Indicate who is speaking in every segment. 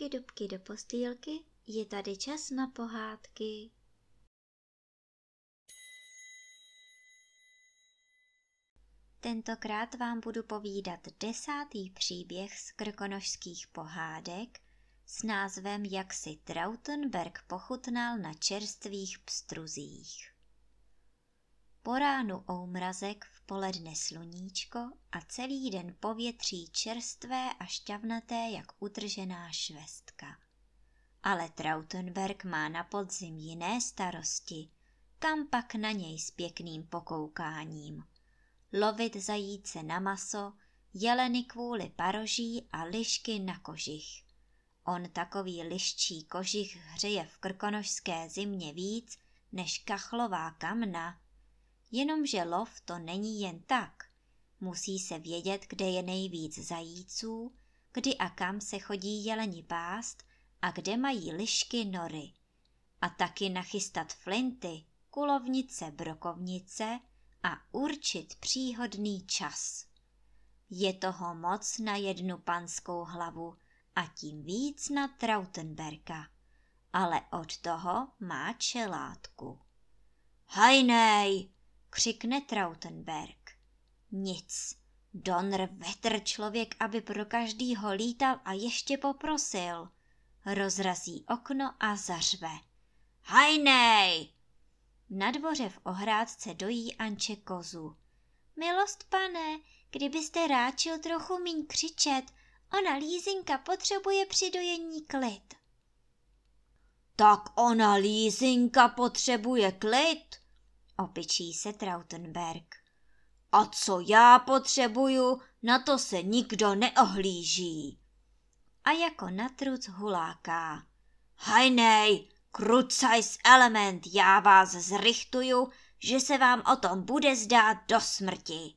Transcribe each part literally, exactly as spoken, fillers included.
Speaker 1: dubky, dubky do postýlky, je tady čas na pohádky. Tentokrát vám budu povídat desátý příběh z krkonošských pohádek s názvem Jak si Trautenberg pochutnal na čerstvých pstruzích. Po ránu oumrazek, v poledne sluníčko a celý den povětří čerstvé a šťavnaté jak utržená švestka. Ale Trautenberg má na podzim jiné starosti, kam pak na něj s pěkným pokoukáním. Lovit zajíce na maso, jeleny kvůli paroží a lišky na kožich. On takový liščí kožich hřeje v krkonošské zimě víc než kachlová kamna. Jenomže lov to není jen tak. Musí se vědět, kde je nejvíc zajíců, kdy a kam se chodí jeleni pást a kde mají lišky nory. A taky nachystat flinty, kulovnice, brokovnice a určit příhodný čas. Je toho moc na jednu panskou hlavu a tím víc na Trautenberga, ale od toho má čelátku. Hajnej, křikne Trautenberg. Nic, donr vetr člověk, aby pro každýho lítal a ještě poprosil. Rozrazí okno a zařve. Hajnej! Na dvoře v ohrádce dojí Anče kozu. Milost pane, kdybyste ráčil trochu míň křičet, ona Lízinka potřebuje při dojení klid. Tak ona Lízinka potřebuje klid, opičí se Trautenberg. A co já potřebuju, na to se nikdo neohlíží. A jako na truc huláká. Hajnej, krucajs element, já vás zrychtuju, že se vám o tom bude zdát do smrti.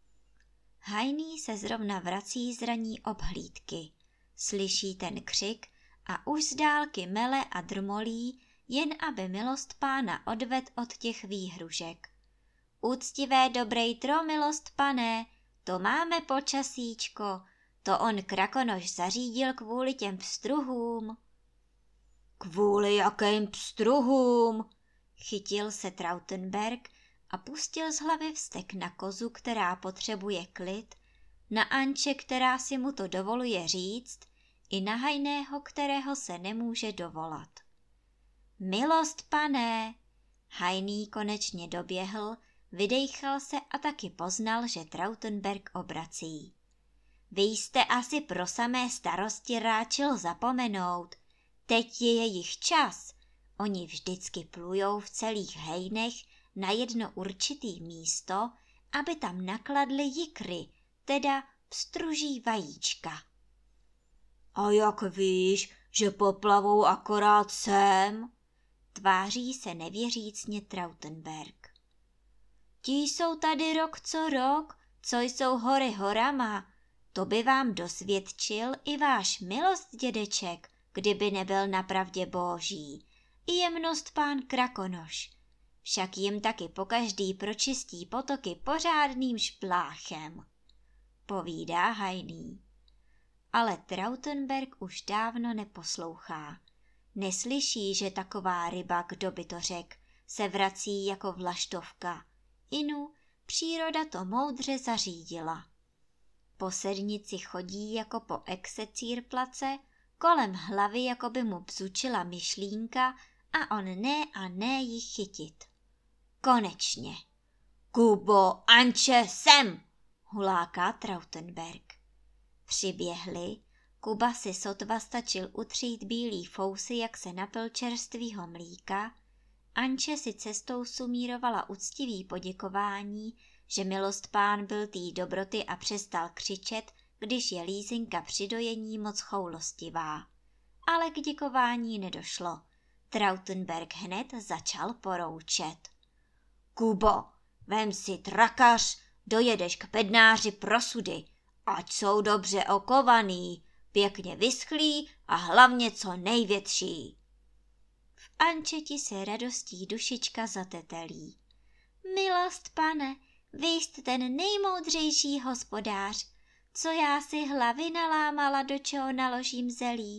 Speaker 1: Hajný se zrovna vrací z ranní obhlídky. Slyší ten křik a už z dálky mele a drmolí, jen aby milost pána odved od těch výhružek. Úctivé dobré tro, milost pane, to máme počasíčko, to on Krakonoš zařídil kvůli těm pstruhům. Kvůli jakým pstruhům? Chytil se Trautenberg a pustil z hlavy vztek na kozu, která potřebuje klid, na Anče, která si mu to dovoluje říct, i na Hajného, kterého se nemůže dovolat. Milost pane! Hajný konečně doběhl, vydejchal se a taky poznal, že Trautenberg obrací. Vy jste asi pro samé starosti ráčil zapomenout. Teď je jejich čas. Oni vždycky plujou v celých hejnech na jedno určitý místo, aby tam nakladli jikry, teda pstruží vajíčka. A jak víš, že poplavou akorát sem? Tváří se nevěřícně Trautenberg. Ti jsou tady rok co rok, co jsou hory horama. To by vám dosvědčil i váš milost dědeček, kdyby nebyl napravdě boží, i jemnost pán Krakonoš. Však jim taky pokaždý pročistí potoky pořádným špláchem, povídá Hajný. Ale Trautenberg už dávno neposlouchá. Neslyší, že taková ryba, kdo by to řek, se vrací jako vlaštovka. Inu, příroda to moudře zařídila. Po sednici chodí jako po execírplace, kolem hlavy jako by mu bzučila myšlínka a on ne a ne ji chytit. Konečně. Kubo, Anče, sem! Huláká Trautenberg. Přiběhli, Kuba si sotva stačil utřít bílý fousy, jak se napil čerstvýho mlíka, Anče si cestou sumírovala uctivý poděkování, že milost pán byl tý dobroty a přestal křičet, když je Lízinka při dojení moc choulostivá. Ale k děkování nedošlo. Trautenberg hned začal poroučet. Kubo, vem si trakař, dojedeš k bednáři pro sudy, ať jsou dobře okovaný, pěkně vyschlý a hlavně co největší. V Ančeti se radostí dušička zatetelí. Milost pane, vy jste ten nejmoudřejší hospodář, co já si hlavy nalámala, do čeho naložím zelí,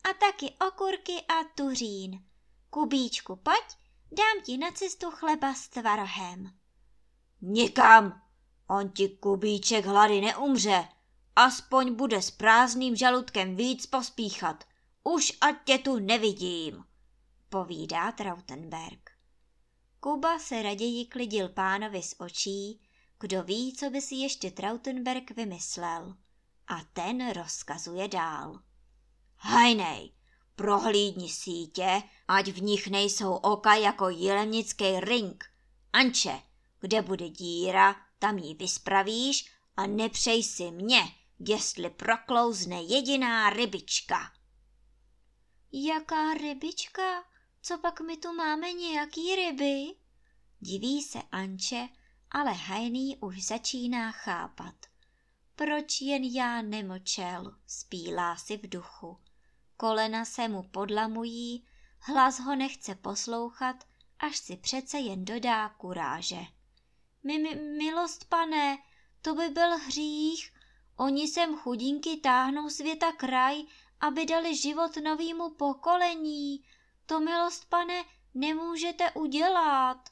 Speaker 1: a taky okurky a tuřín. Kubíčku, pojď, dám ti na cestu chleba s tvarohem.
Speaker 2: Nikam, on ti Kubíček hlady neumře, aspoň bude s prázdným žaludkem víc pospíchat. Už ať tě tu nevidím,
Speaker 1: povídá Trautenberg. Kuba se raději klidil pánovi z očí, kdo ví, co by si ještě Trautenberg vymyslel. A ten rozkazuje dál.
Speaker 2: Hajnej, prohlídni sítě, ať v nich nejsou oka jako jilemnický ring. Anče, kde bude díra, tam ji vyspravíš a nepřej si mě, jestli proklouzne jediná rybička.
Speaker 1: Jaká rybička? Co pak my tu máme nějaký ryby? Diví se Anče, ale Hajný už začíná chápat. Proč jen já nemlčel, spílá si v duchu. Kolena se mu podlamují, hlas ho nechce poslouchat, až si přece jen dodá kuráže. Mi, mi, milost, pane, to by byl hřích. Oni sem chudinky táhnou světa kraj, aby dali život novýmu pokolení. To, milost, pane, nemůžete udělat.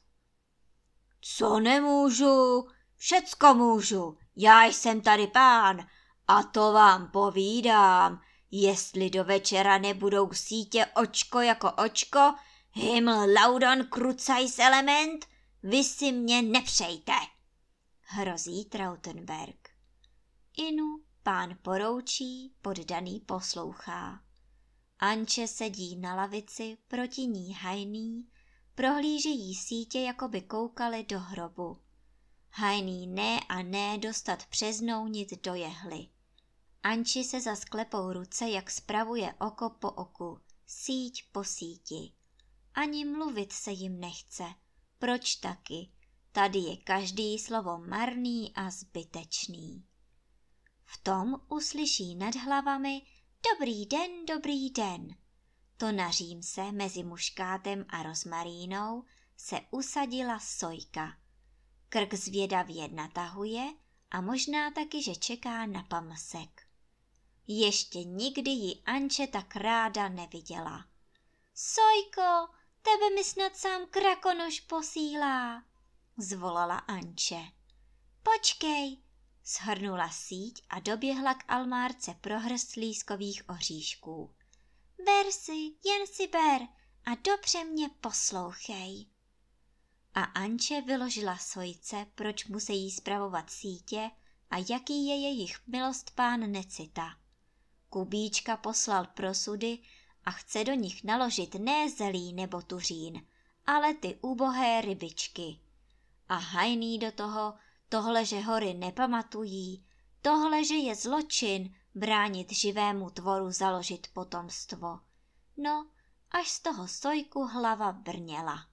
Speaker 2: Co nemůžu? Všecko můžu. Já jsem tady pán a to vám povídám. Jestli do večera nebudou sítě očko jako očko, Himmel laudon krucajs element, vy si mě nepřejte, hrozí Trautenberg.
Speaker 1: Inu pán poroučí, poddaný poslouchá. Anče sedí na lavici, proti ní Hajný, prohlížejí sítě, jako by koukali do hrobu. Hajný ne a ne dostat přes nounit do jehly. Anči se zas klepou ruce, jak spravuje oko po oku, síť po síti. Ani mluvit se jim nechce. Proč taky? Tady je každý slovo marný a zbytečný. V tom uslyší nad hlavami dobrý den, dobrý den. To na Římse mezi muškátem a rozmarínou se usadila sojka. Krk zvědavě natahuje a možná taky, že čeká na pamsek. Ještě nikdy ji Anče tak ráda neviděla. Sojko, tebe mi snad sám krakonoš posílá, zvolala Anče. Počkej, shrnula síť a doběhla k almárce prohrst lískových oříšků. Ber si, jen si ber a dobře mě poslouchej. A Anče vyložila sojce, proč musejí spravovat sítě a jaký je jejich milost pán necita. Kubíčka poslal prosudy a chce do nich naložit ne zelí nebo tuřín, ale ty ubohé rybičky. A Hajný do toho, tohle, že hory nepamatují, tohle, že je zločin bránit živému tvoru založit potomstvo. No, až z toho sojku hlava brněla.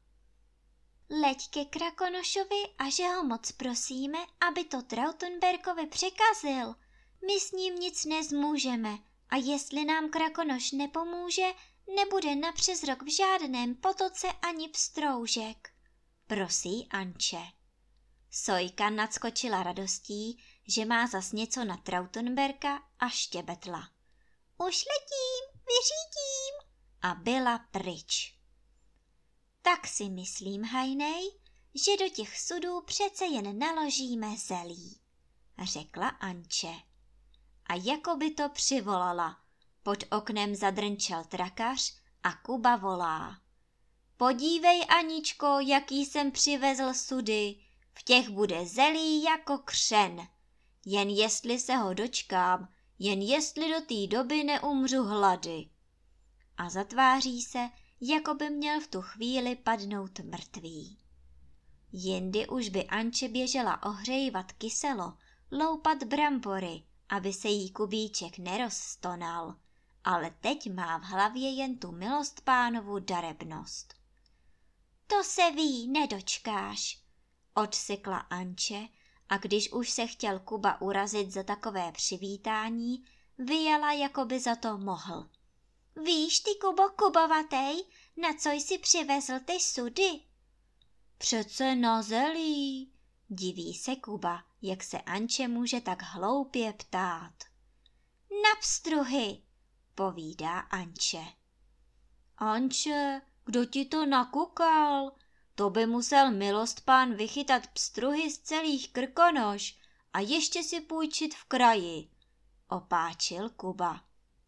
Speaker 1: Leď ke Krakonošovi a že ho moc prosíme, aby to Trautenbergovi překazil. My s ním nic nezmůžeme a jestli nám Krakonoš nepomůže, nebude napřes rok v žádném potoce ani pstroužek, prosí Anče. Sojka nadskočila radostí, že má zas něco na Trautenberga a štěbetla. Už letím, vyřídím a byla pryč. Tak si myslím, Hajnej, že do těch sudů přece jen naložíme zelí, řekla Anče. A jako by to přivolala, pod oknem zadrnčel trakař a Kuba volá. Podívej, Aničko, jaký jsem přivezl sudy, v těch bude zelí jako křen. Jen jestli se ho dočkám, jen jestli do té doby neumřu hlady. A zatváří se, jako by měl v tu chvíli padnout mrtvý. Jindy už by Anče běžela ohřejvat kyselo, loupat brambory, aby se jí Kubíček nerozstonal, ale teď má v hlavě jen tu milost pánovu darebnost. To se ví, nedočkáš, odsekla Anče a když už se chtěl Kuba urazit za takové přivítání, vyjela, jako by za to mohl. Víš ty, Kubo Kubovatej, na co jsi přivezl ty sudy? Přece na zelí, diví se Kuba, jak se Anče může tak hloupě ptát. Na pstruhy, povídá Anče.
Speaker 2: Anče, kdo ti to nakukal? To by musel milostpán vychytat pstruhy z celých Krkonoš a ještě si půjčit v kraji, opáčil Kuba.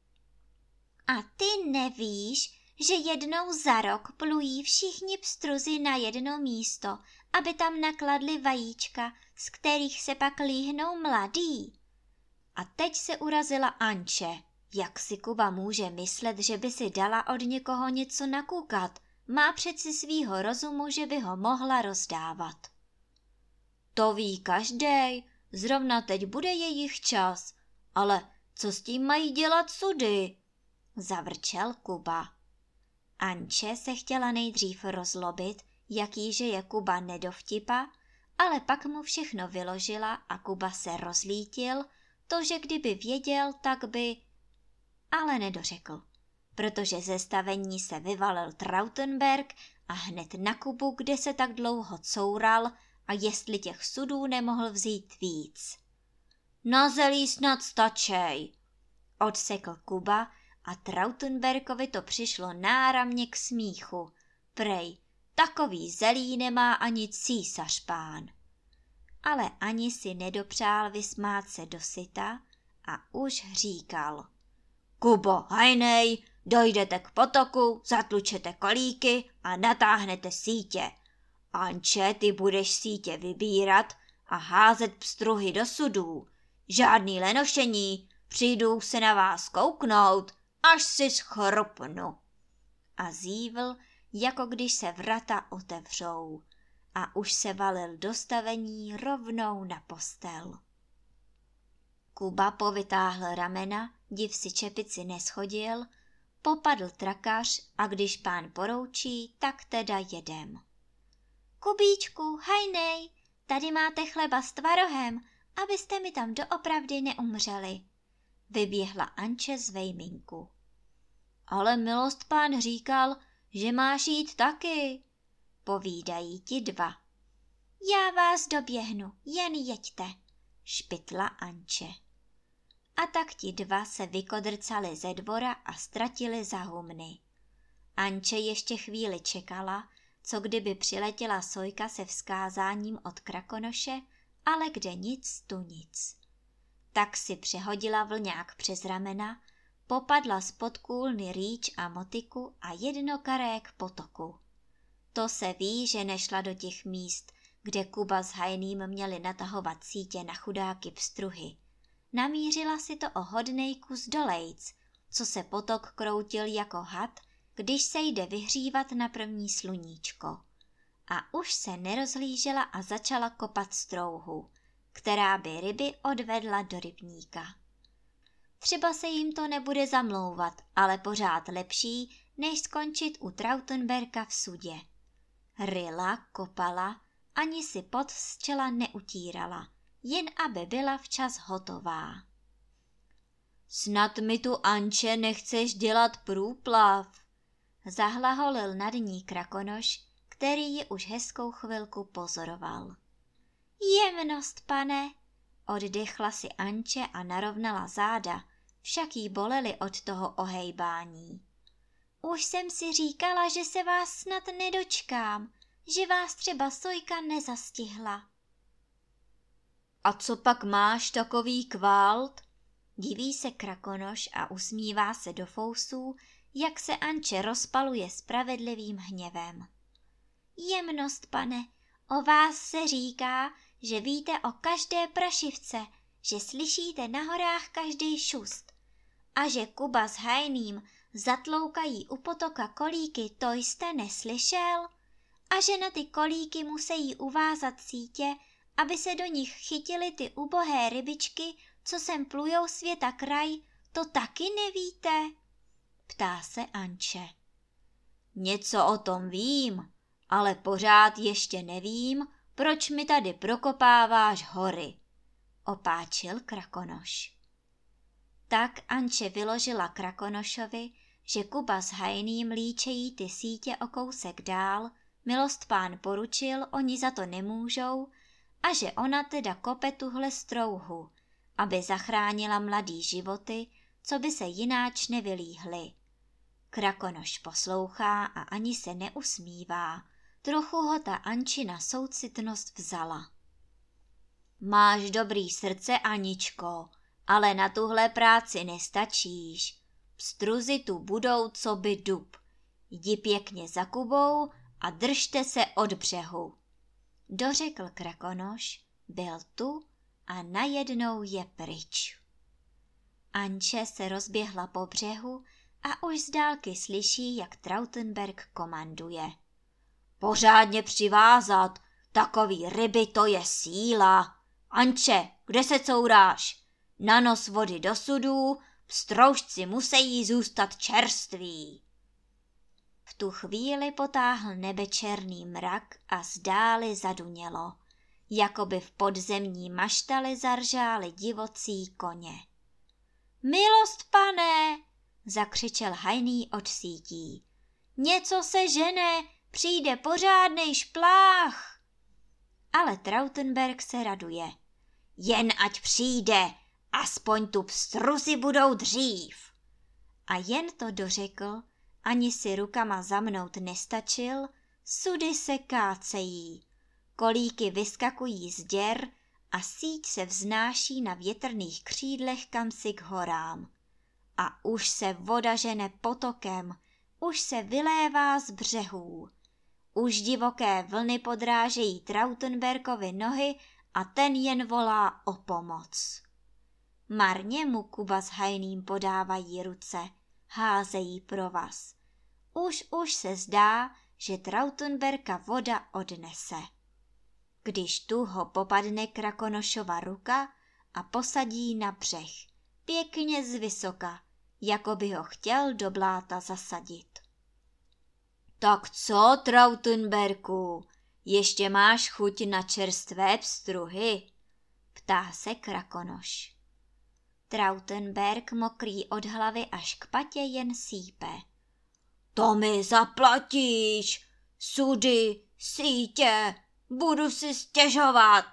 Speaker 1: A ty nevíš, že jednou za rok plují všichni pstruzi na jedno místo, aby tam nakladli vajíčka, z kterých se pak líhnou mladí? A teď se urazila Anče. Jak si Kuba může myslet, že by si dala od někoho něco nakukat? Má přeci svýho rozumu, že by ho mohla rozdávat.
Speaker 2: To ví každej, zrovna teď bude jejich čas, ale co s tím mají dělat sudy?
Speaker 1: Zavrčel Kuba. Anče se chtěla nejdřív rozlobit, jaký že je Kuba nedovtipa, ale pak mu všechno vyložila a Kuba se rozlítil, to, že kdyby věděl, tak by... Ale nedořekl, protože ze stavení se vyvalil Trautenberg a hned na Kubu, kde se tak dlouho coural a jestli těch sudů nemohl vzít víc.
Speaker 2: Na zelí snad stačej,
Speaker 1: odsekl Kuba a Trautenbergovi to přišlo náramně k smíchu. Prej, takový zelí nemá ani císař pán. Ale ani si nedopřál vysmát se dosyta a už říkal.
Speaker 2: Kubo, hajnej, dojdete k potoku, zatlučete kolíky a natáhnete sítě. Anče, ty budeš sítě vybírat a házet pstruhy do sudů. Žádný lenošení, přijdu se na vás kouknout, až si schrupnu.
Speaker 1: A zívl, jako když se vrata otevřou, a už se valil do stavení rovnou na postel. Kuba povytáhl ramena, div si čepici neschodil, popadl trakař a když pán poroučí, tak teda jedem. Kubíčku, hajnej, tady máte chleba s tvarohem, abyste mi tam doopravdy neumřeli. Vyběhla Anče z vejminku.
Speaker 2: Ale milostpán říkal, že máš jít taky,
Speaker 1: povídají ti dva. Já vás doběhnu, jen jeďte, špitla Anče. A tak ti dva se vykodrcali ze dvora a ztratili za humny. Anče ještě chvíli čekala, co kdyby přiletěla Sojka se vzkázáním od Krakonoše, ale kde nic tu nic. Tak si přehodila vlňák přes ramena, popadla spod kůlny rýč a motiku a jednokaré k potoku. To se ví, že nešla do těch míst, kde Kuba s Hajným měli natahovat sítě na chudáky pstruhy. Namířila si to o hodnej kus dolejc, co se potok kroutil jako had, když se jde vyhřívat na první sluníčko. A už se nerozhlížela a začala kopat strouhu, která by ryby odvedla do rybníka. Třeba se jim to nebude zamlouvat, ale pořád lepší, než skončit u Trautenberga v sudě. Ryla, kopala, ani si pot z čela neutírala, jen aby byla včas hotová.
Speaker 2: Snad mi tu, Anče, nechceš dělat průplav,
Speaker 1: zahlaholil nad ní Krakonoš, který ji už hezkou chvilku pozoroval. Jemnost, pane, oddechla si Anče a narovnala záda, však jí bolely od toho ohejbání. Už jsem si říkala, že se vás snad nedočkám, že vás třeba Sojka nezastihla.
Speaker 2: A co pak máš takový kvalt?
Speaker 1: Diví se Krakonoš a usmívá se do fousů, jak se Anče rozpaluje spravedlivým hněvem. Jemnost, pane, o vás se říká, že víte o každé prašivce, že slyšíte na horách každý šust. A že Kuba s Hajným zatloukají u potoka kolíky, to jste neslyšel? A že na ty kolíky musí uvázat sítě, aby se do nich chytily ty ubohé rybičky, co sem plujou světa kraj, to taky nevíte? Ptá se Anče.
Speaker 2: Něco o tom vím, ale pořád ještě nevím, proč mi tady prokopáváš hory,
Speaker 1: opáčil Krakonoš. Tak Anče vyložila Krakonošovi, že Kuba s Hajným líčejí ty sítě o kousek dál, milostpán poručil, oni za to nemůžou, a že ona teda kope tuhle strouhu, aby zachránila mladý životy, co by se jináč nevylíhly. Krakonoš poslouchá a ani se neusmívá, trochu ho ta Ančina soucitnost vzala. Máš dobrý srdce, Aničko, ale na tuhle práci nestačíš. Pstruzy tu budou co by dub. Jdi pěkně za Kubou a držte se od břehu. Dořekl Krakonoš, byl tu a najednou je pryč. Anče se rozběhla po břehu a už z dálky slyší, jak Trautenberg komanduje. Pořádně přivázat, takový ryby to je síla. Anče, kde se couráš? Na nos vody do sudů, pstroužci musí zůstat čerství. V tu chvíli potáhl nebe černý mrak a zdáli zadunělo, jako by v podzemní maštali zaržáli divocí koně. Milost, pane, zakřičel hajný od sítí. Něco se žene, přijde pořádnej šplách. Ale Trautenberg se raduje. Jen ať přijde, aspoň tu pstruzy budou dřív. A jen to dořekl, ani si rukama zamnout nestačil, sudy se kácejí, kolíky vyskakují z děr a síť se vznáší na větrných křídlech kamsi k horám. A už se voda žene potokem, už se vylévá z břehů. Už divoké vlny podrážejí Trautenbergovi nohy a ten jen volá o pomoc. Marně mu Kuba s Hajným podávají ruce, házejí provaz. Už už se zdá, že Trautenberga voda odnese. Když tu ho popadne Krakonošova ruka a posadí na břeh, pěkně zvysoka, jako by ho chtěl do bláta zasadit. Tak co, Trautenberku, ještě máš chuť na čerstvé pstruhy? Ptá se Krakonoš. Trautenberg, mokrý od hlavy až k patě, jen sípe. To mi zaplatíš, sudy, sítě, budu si stěžovat.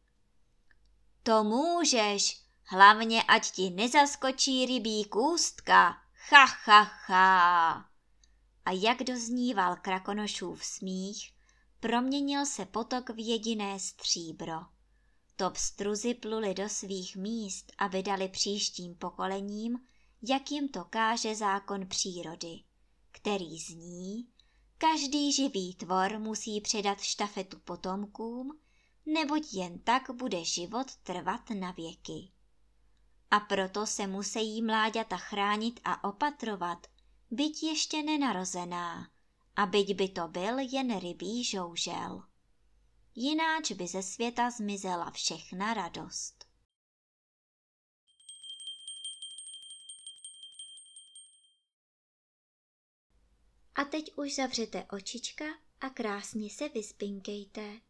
Speaker 1: To můžeš, hlavně ať ti nezaskočí rybí kůstka, cha, cha, cha. A jak dozníval Krakonošův smích, proměnil se potok v jediné stříbro. To pstruzy pluli do svých míst, aby dali příštím pokolením, jak jim to káže zákon přírody, který zní, každý živý tvor musí předat štafetu potomkům, neboť jen tak bude život trvat na věky. A proto se musí mláďata chránit a opatrovat, byť ještě nenarozená, a byť by to byl jen rybí žoužel. Jináč by ze světa zmizela všechna radost. A teď už zavřete očička a krásně se vyspinkejte.